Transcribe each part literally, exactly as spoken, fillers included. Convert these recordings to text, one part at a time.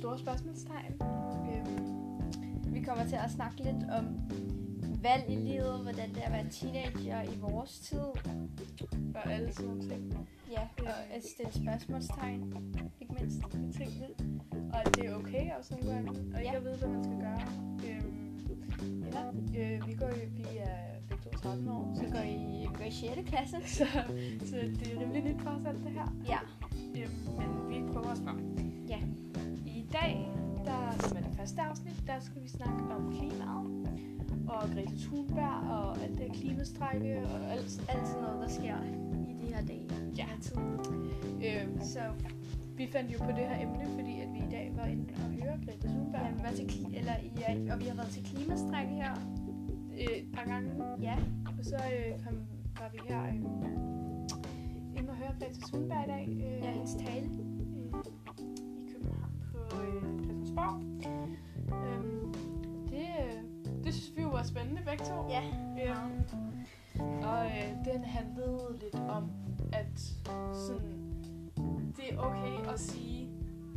store spørgsmålstegn. Øhm, vi kommer til at snakke lidt om valg i livet, hvordan det er at være teenager i vores tid. Og alle sådan nogle ting. Ja, og at stille spørgsmålstegn, ikke mindst. Med tingene. Og at det er okay også nogle gange, og ikke Ja. at vide, hvad man skal gøre. Øhm, ja, øh, vi går jo, vi er begge to tretten år, Så går i, vi går i sjette klasse. så, så det er rimelig nyt for os alt det her. Ja. Øhm, men vi prøver os frem. Ja. I dag, der, som er det første afsnit, der skal vi snakke om klimaet. Og Greta Thunberg og alt det her klimastrække og alt sådan. Alt sådan noget, der sker i de her dage. Ja. Tid. Øhm, Så vi fandt jo på det her emne, fordi at vi i dag var inde og høre Greta Thunberg. ja, vi var til kli- eller, ja, og vi har været til klimastrække her. Øh, et par gange. Ja. Og så øh, kom, var vi her øh, inde og høre Greta Thunberg i dag. Øh, Ja, hendes tale. øh, I København på øh, Christiansborg. Øhm, det, øh, det synes vi jo var spændende begge to. Ja. Øhm, og øh, den handlede lidt om, at sådan, det er okay at sige,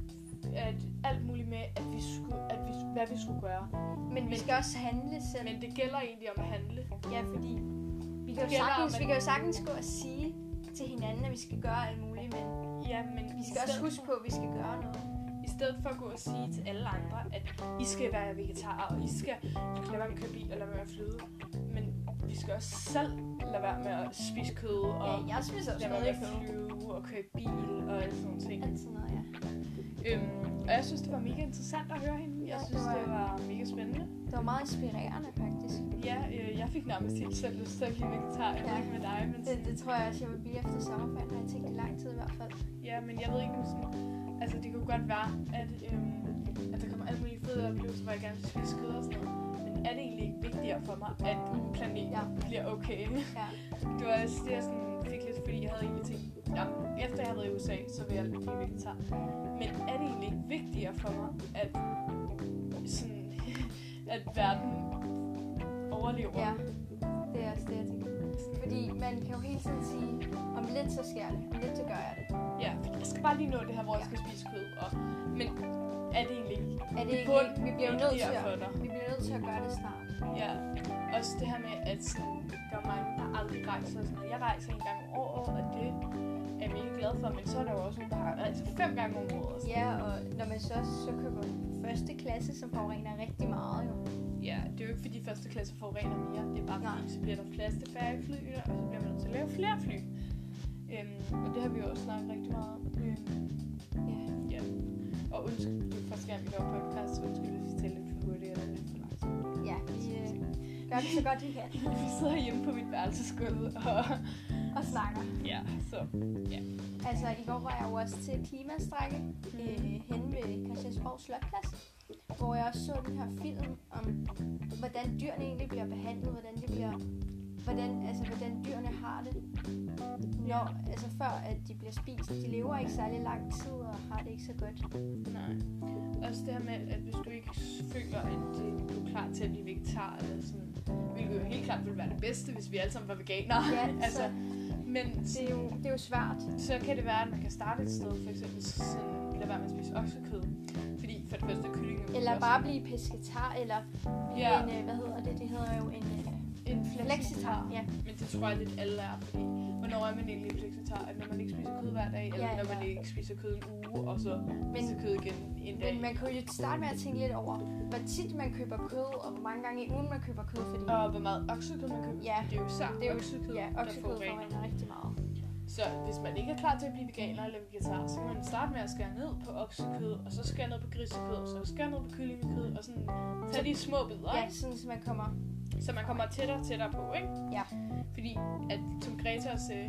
at alt muligt med, at vi skulle, at vi, hvad vi skulle gøre. Men vi skal også handle selv. Men det gælder egentlig om at handle. Ja, fordi vi kan, jo Det gælder sagtens, om, at- vi kan jo sagtens gå og sige til hinanden, at vi skal gøre alt muligt, men Ja, men vi skal også huske på, at vi skal gøre noget. I stedet for at gå og sige til alle andre, at I skal være vegetarer, og I skal lade være med at køre bil og lade være med at flyde. Men vi skal også selv lade være med at spise kød og Ja, jeg spiser også lade være noget med i at kød. flyve og køre bil og alle sådan nogle ting. Alt sådan noget, ja. Øhm, og jeg synes, det var mega interessant at høre hende. Jeg Ja, synes, det det var- var mega spændende. Det var meget inspirerende, faktisk. Ja, øh, jeg fik nærmest helt selv lyst til at blive vegetar. Jeg ved Ja. ikke med dig, men Det, det tror jeg også, jeg vil blive efter sommerferien, har jeg tænkt i lang tid i hvert fald. ja, men jeg ved ikke nu sådan... Altså, det kunne godt være, at, øhm, at der kommer alle mulige fede oplevelser, hvor jeg gerne vil spise kød og sådan noget. Men er det egentlig ikke vigtigere for mig, at planeten Ja. bliver okay? Ja. Det var også det, jeg sådan fik lidt, fordi jeg havde egentlig tænkt, ja, efter jeg havde været i U S A, så vil jeg blive vegetar. Men er det egentlig ikke vigtigere for mig, at, sådan, at verden overlever? Ja, det er også det, jeg tænker. Fordi man kan jo hele tiden sige, om lidt så sker det, om lidt så gør jeg det. Ja, fordi jeg skal bare lige nå det her, hvor jeg skal spise kød. Og, men er det egentlig ikke? Er det Det ikke, burde vi bliver jo nødt til vigtigere for at, dig. vi bliver nødt til at gøre det snart. Ja, også det her med, at sådan, der er mange, der aldrig rejser. Og sådan noget. Jeg rejser en gang om året, og det er jeg mega glad for. Men så er der jo også nogen, der har rejst fem gange om året. og sådan. Ja, og når man så også så køber første klasse, som forurener rigtig meget jo. Ja, det er jo ikke fordi første klasse forurener mere. Det er bare fordi, Nej. så bliver der plads til færre i flyene, og så bliver man nødt til at lave flere fly. Øhm, og det har vi jo også snakket rigtig meget om. Øhm, Ja. ja. Og undskyld, det er første gang, vi laver podcast, så undskyld, hvis vi taler lidt for hurtigt eller lidt for langsomt. Ja, vi øh, gør det så godt vi kan. Vi sidder hjemme på mit værelsesgulv, og Og snakker. ja, så ja. Altså, i går var jeg jo også til klimastrække øh, henne ved Christiansborg Slotplads, hvor jeg også så den her film om, hvordan dyrene egentlig bliver behandlet, hvordan de bliver, hvordan, altså, hvordan dyrene har det, når, altså før at de bliver spist. De lever ikke særlig lang tid og har det ikke så godt. Nej. Også det her med, at hvis du ikke føler, at øh, du er klar til at blive vegetar, eller sådan, hvilket jo helt klart ville være det bedste, hvis vi alle sammen var veganere. Ja, altså, så men det er, jo, det er jo svært. så kan det være, at man kan starte et sted, for eksempel sådan, lade være med at spise oksekød. Fordi for det første er kylling jo Eller også bare blive pesketar, eller blive Ja. en, øh, hvad hedder det, det hedder jo en øh, en flexitar. Ja. Men det tror jeg lidt alle er, fordi hvornår er man egentlig en flexitar? At når man ikke spiser kød hver dag, eller Ja, når man ja. ikke spiser kød en uge, og så spiser kød igen en dag. Men man kunne jo starte med at tænke lidt over, hvor tit man køber kød, og hvor mange gange i ugen man køber kød, fordi Og hvor meget oksekød man køber. Ja. Det er jo især det er jo oksekød, ja, der oksekød forurener. forurener rigtig meget. Så hvis man ikke er klar til at blive veganer eller vegetar, så kan man starte med at skære ned på oksekød, og så skære ned på grisekød, og så skære ned på kyllingekød, og sådan tage de små bidder, Ja, ikke? sådan så man kommer. Så man kommer tættere og tættere på, ikke? Ja. Fordi, at, som Greta også sagde,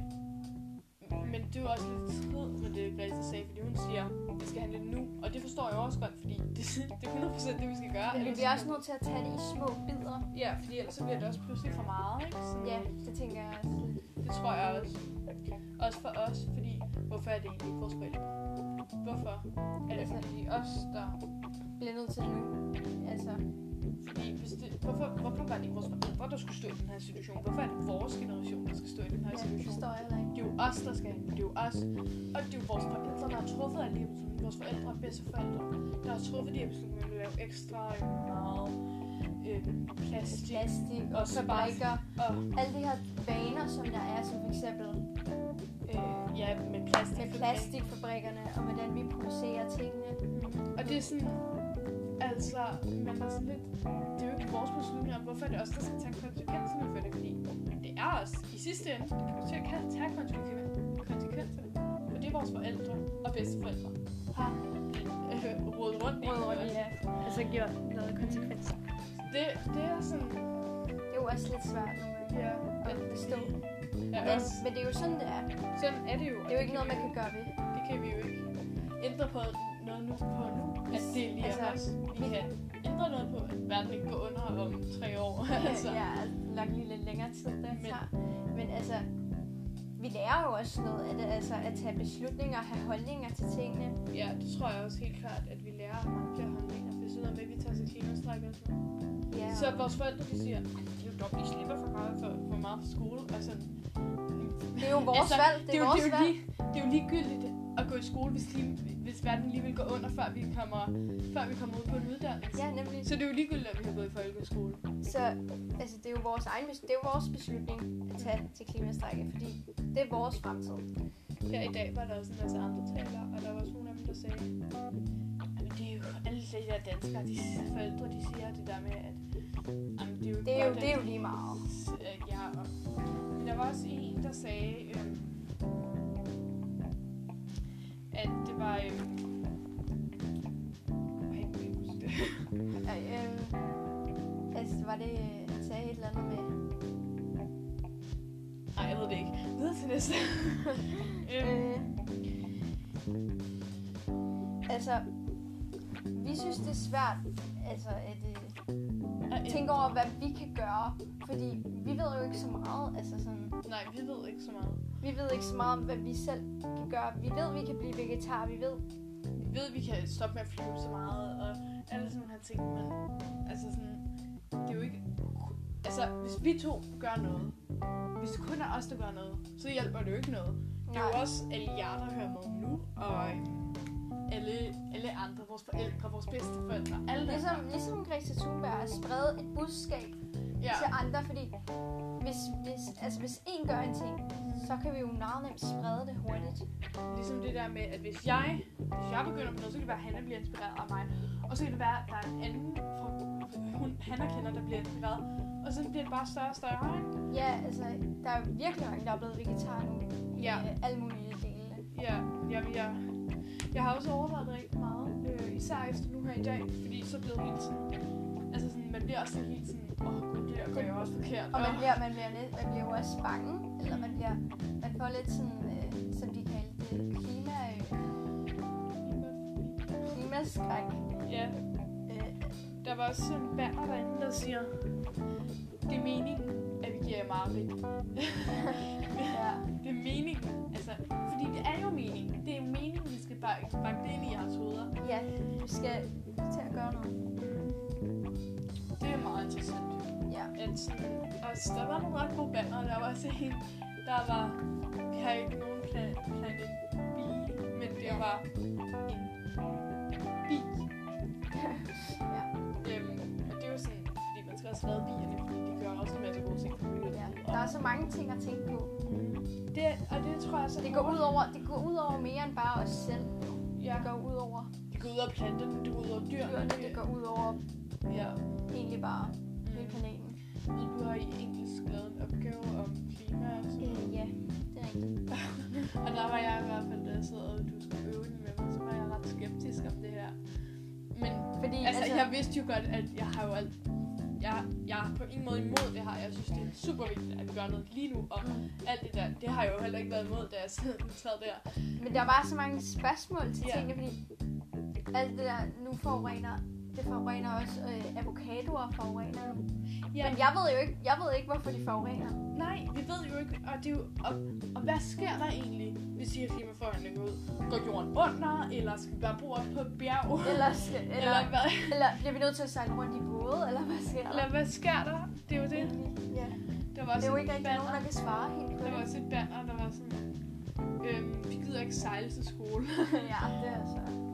men det er jo også lidt trid med det, Greta sagde, fordi hun siger, at vi skal handle nu, og det forstår jeg også godt, fordi det, det er hundrede procent det, vi skal gøre. Men vi ellers- bliver også nødt til at tage det i små bidder. Ja, fordi ellers så bliver det også pludselig for meget, ikke? Sådan, Ja, det tænker jeg også. Det tror jeg også. Også for os, fordi hvorfor er det egentlig ikke vores forældre? Hvorfor er det Altså- fordi os, der... Bliver nødt til det nu. Altså, Fordi hvis det, hvorfor, hvorfor var det ikke vores forældre, der skulle stå i den her situation? Hvorfor er det vores generation, der skal stå i den her ja, det situation? forstår jeg heller ikke. Det er jo os, der skal handle. Det er jo os. Og det er jo vores forældre, der har truffet alle de her beslutninger. vores forældre og bedsteforældre, der har truffet de her beslutninger med at lave ekstra øh, meget øh, plastik, Plastik og og fabrikker. og Alle de her vaner, som der er, som for eksempel øh, ja, med plastik. med plastikfabrikkerne, og hvordan vi producerer tingene. Og det er sådan, altså, man er sådan lidt, det er jo ikke vores beslutninger, hvorfor er det os, der skal tage konsekvenserne for det, fordi det er os i sidste ende, der kommer til at kan tage konsekvenserne, konsekvenserne, og det er vores forældre og bedsteforældre har øh, rodet rundt i. Rød rundt, ja. Altså gjort noget konsekvenser. Det, det er sådan, Det er jo også lidt svært nogle gange ja, at forstå. ja, Men, også, men det er jo sådan, det er. sådan er det jo. Det er jo ikke noget, man kan gøre ved. Det kan vi jo ikke ændre på noget nu på nu, at det er lige Altså, os. Vi kan ændre noget på, at verden ikke går under om tre år. altså. Ja, nok lige lidt længere tid, det Men- tager. Men altså, vi lærer jo også noget af det, altså at tage beslutninger og have holdninger til tingene. Ja, det tror jeg også helt klart, at vi lærer mange flere holdninger. Det er sådan noget med, at vi tager til klimastræk og sådan noget. Ja, Så vores forældre, de siger, det er jo dumt, I slipper for meget for, for meget for skole. Og sådan. det er jo vores Altså, valg, det er, jo, vores det, er jo valg. lige, det er jo ligegyldigt at gå i skole, hvis, lige, hvis verden lige vil gå under, før vi kommer, før vi kommer ud på en uddannelse. Ja, nemlig. Så det er jo ligegyldigt, at vi har gået i folkeskole. Så altså, det er jo vores egen, bes- det er jo vores beslutning at tage til klimastrække, fordi det er vores fremtid. Her i dag var der også en masse andre taler, og der var også nogle af dem, der sagde, at det er jo alle de der danskere, de forældre, de siger det der med, at jamen, det er jo Det er jo, godt, det er at- jo lige meget. Øh, ja, og men der var også en, der sagde, øh, at det var... Øh, jeg kan ikke huske det. Ja, øh, altså, var det, han sagde et eller andet med... Nej, jeg ved det ikke. Videre til næste. øh, Øh, altså, vi synes, det er svært altså, at øh, tænke over, hvad vi kan gøre. Fordi vi ved jo ikke så meget. Altså sådan, Nej, vi ved ikke så meget. vi ved ikke så meget om, hvad vi selv kan gøre. Vi ved, at vi kan blive vegetar. Vi ved, Vi ved, at vi kan stoppe med at flyve så meget, og alle sådan nogle her ting, men altså sådan, det er jo ikke... Altså, hvis vi to gør noget, hvis det kun er os, der gør noget, så hjælper det jo ikke noget. Det er jo Nej. også alle jer, der hører med nu, og alle, alle andre, vores forældre, vores bedsteforældre, alle der. ligesom, ligesom Greta Thunberg har spredt et budskab Ja, til andre. Fordi hvis, hvis, altså, hvis en gør en ting, så kan vi jo meget nemt sprede det hurtigt. ligesom det der med, at hvis jeg, hvis jeg begynder på noget, så kan det være, at Hanna bliver inspireret af mig. Og så kan det være, at der er en anden, fra, hun, Hanna kender, der bliver inspireret. Og så bliver det bare større og større, ikke? Ja, altså, der er virkelig mange, der er blevet vegetar nu. Ja. I øh, alle mulige dele. Ja, jeg, jeg, jeg har også overvejet det rigtig meget, øh, især efter nu her i dag, fordi så blev helt sådan, altså sådan, man bliver også helt sådan, åh oh, gud, det der gør jeg også forkert. Og man bliver, man bliver, lidt, man bliver jo også bange, eller man bliver, man får lidt sådan, øh, som de kaldte det, klima, øh, klimaskræk. Ja, Øh, der var også sådan en banner derinde, der siger, det er meningen, at vi giver jer mareridt. ja. Det er meningen, altså, fordi det er jo meningen. Det er jo meningen, vi skal banke, banke det ind i jeres hoveder. ja, du skal til at gøre noget. Det er meget interessant. Ja. At sådan, og der var nogle ret gode banner, der var også en, der var, vi har ikke nogen plan, planet B, men det Ja. var en bi. ja. Øhm, og det er jo sådan, fordi man skal også redde bierne, fordi de gør også en masse gode ting for miljøet. ja. Der er så mange ting at tænke på. Det, og det tror jeg så Det går ud over, det går ud over mere end bare os selv. Ja, Det går ud over det går ud over planterne, det går ud over dyrene. dyrene, det går ud over Ja. egentlig bare hele planeten. Du har i engelsk lavet en opgave om klima og sådan noget. Øh, ja, det er rigtigt. Og der var jeg i hvert fald, da jeg sad og du skulle øve den med mig, så var jeg ret skeptisk om det her. Men Fordi, altså, altså, jeg vidste jo godt, at jeg har jo alt... Jeg, jeg er på ingen måde imod det her. Jeg synes, det er super vigtigt, at vi gør noget lige nu. Og alt det der, det har jeg jo heller ikke været imod, da jeg sad der. Men der er bare så mange spørgsmål til Ja. tingene, fordi alt det der nu forurener, det forurener også øh, avocadoer forurener nu. Ja, Men jeg ved jo ikke, jeg ved ikke, hvorfor de forurener. nej, vi ved jo ikke, og, det er jo, og, og hvad sker der egentlig, hvis de her klimaforhandlinger går ud? Går jorden under, eller skal vi bare bo op på et bjerg? Eller, skal, eller, eller, hvad, eller bliver vi nødt til at sejle rundt i både, eller hvad sker der? eller hvad sker der? Det er jo det. Ja. Der var Det også er jo et ikke rigtig banner. nogen, der kan svare helt på Der var det. også et banner, der var sådan, øhm, vi gider ikke sejle til skole. Ja, det er altså... Og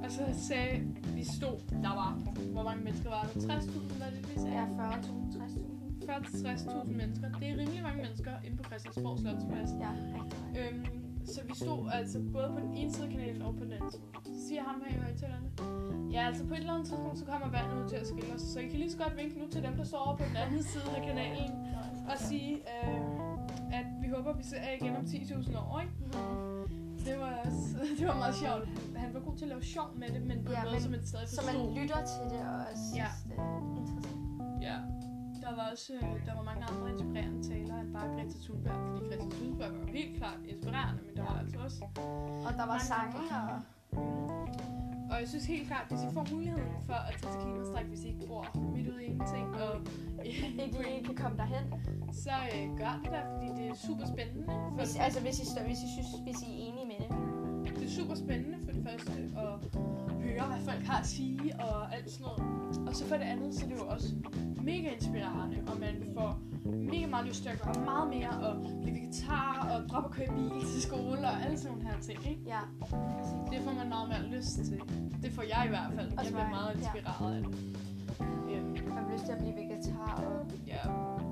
Og så sagde vi stod, der var, hvor mange mennesker var der? tres tusind, var det, vi sagde? Ja, fyrre tusind, tres tusind. fyrre til tres tusind mennesker. Det er rimelig mange mennesker inde på Christiansborg Slotsplads. Ja, rigtig meget. Øhm, så vi stod altså både på den ene side af kanalen og på den anden side. Så siger ham her i højtalerne. Ja, altså på et eller andet tidspunkt, så kommer vandet ud til at skille os. Så I kan lige så godt vinke nu til dem, der står over på den anden side af kanalen. Og sige, øh, at vi håber, vi ser jer igen om ti tusind år, ikke? Det var, også, det var meget sjovt. Han var god til at lave sjov med det, men på Ja, noget, men som man stadig Så forstod. man lytter til det og synes, Ja. det er interessant. Ja. Der var også øh, der var mange andre inspirerende talere end bare Greta Thunberg, fordi Greta Thunberg var jo helt klart inspirerende, men der var altså også... Og der var mange sange andre. og... Og jeg synes helt klart, hvis I får muligheden for at tage til klimastræk, hvis I ikke bor midt ude i ingenting, og Ikke lige kan komme derhen. så øh, gør det der, fordi det er super spændende. For Hvis, det, altså hvis I, stå, hvis I synes, hvis I er enige med det. det er super spændende for det første at høre, hvad folk har at sige og alt sådan noget. Og så for det andet, så er det jo også mega inspirerende, og man får mega meget lyst til at gøre meget mere, og blive vegetar, og droppe at køre bil til skole, og alle sådan nogle her ting, ikke? Ja. Det får man meget mere lyst til. Det får jeg i hvert fald. Jeg bliver meget inspireret af det. Øhm, Man har lyst til at blive vegetar og... ja.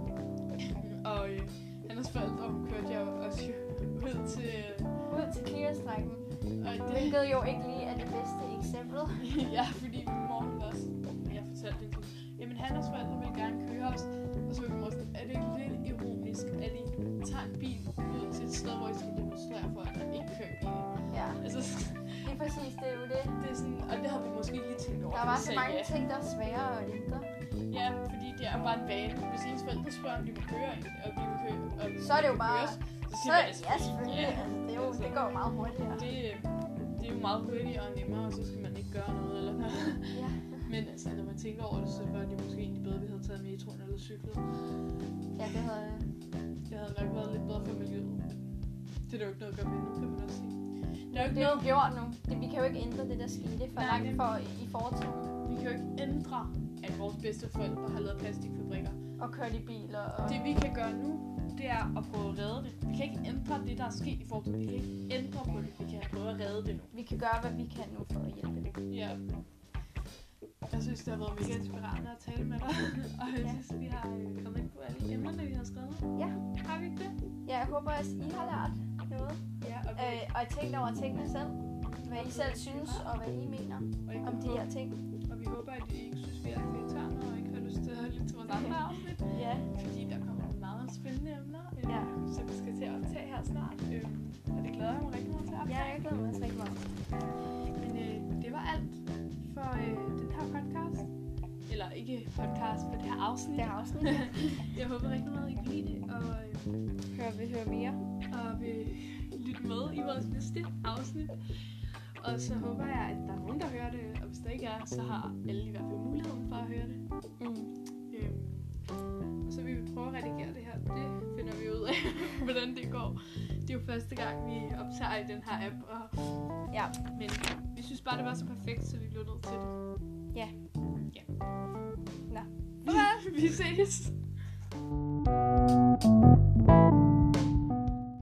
Og øh, hendes forældre, hun kørte jeg jo også ud til... Ud til klimastrækken. Og det, Hvilket jo ikke lige er det bedste eksempel. ja, fordi min mor, hun også... Jeg fortalte det til. Jamen, hans forældre ville gerne køre os. Og så var min mor sådan, er det ikke lidt ironisk, at I tager en bil ud til et sted, hvor I skal demonstrere for, at man ikke kører bil? Ja, Altså, lige præcis, det er jo det. det er sådan... Og det havde vi måske ikke lige tænkt over. Der da var vi så sagde mange ja. ting, der er svære at ændre. Ja, fordi det er bare en vane. Hvis ens forældre spørger, om de vil køre, og vi vil køre, og Så er det jo vi vil bare... køres, så Så, siger vi altså, ja, selvfølgelig. ja. Altså, det, er jo, det går jo meget hurtigere. Det, det er jo meget hurtigere og nemmere, og så skal man ikke gøre noget eller noget. Ja. Men altså, når man tænker over det, så var det måske egentlig bedre, at vi havde taget metroen eller cyklet. Ja, det havde jeg. Det havde nok været lidt bedre for miljøet. Det er der jo ikke noget at gøre ved nu, kan man også sige. Der er jo Det ikke er jo noget, gjort nu. Det, vi kan jo ikke ændre det, der skete for Nej, langt det- for i fortiden. vi kan jo ikke ændre, at vores bedsteforældre har lavet plastikfabrikker. Og kørt i biler og... Det vi kan gøre nu, det er at prøve at redde det. Vi kan ikke ændre det, der er sket i fortiden. Vi kan ikke ændre på det. Vi kan prøve at redde det nu. Vi kan gøre, hvad vi kan nu for at hjælpe det. Ja. Jeg synes, det har været mega inspirerende at tale med dig. Og jeg Ja. synes, vi har øh, kommet ind på alle emnerne, vi har skrevet. Ja. Har vi ikke det? Ja, jeg håber, at I har lært noget. Ja, og vi, Øh, og tænkt over tingene selv. Hvad I selv synes, og hvad I mener og, I om de her ting. og vi håber, at I ikke synes, vi er irriterende, og ikke har lyst til at lytte til vores andre afsnit. Ja. Fordi der kommer nogle meget spændende emner, øh, Ja. som vi skal til at optage her snart. Øh, og det glæder jeg mig rigtig meget til at optage. Ja, jeg glæder mig også rigtig meget. Men øh, det var alt for øh, den her podcast. Eller ikke podcast, for det her afsnit. Det her afsnit. Jeg håber rigtig meget, I kan lide det, og, øh, Hører vi hører mere. og vil lytte med i vores næste afsnit. Og så håber jeg, at der er nogen, der hører det, og hvis der ikke er, så har alle i hvert fald muligheden for at høre det. Mm. Øhm, og så vil vi prøve at redigere det her. Det finder vi ud af, hvordan det går. Det er jo første gang, vi optager i den her app, og, Ja. men vi synes bare, det var så perfekt, så vi blev nødt til det. Ja. Ja. Nå. Vi ses!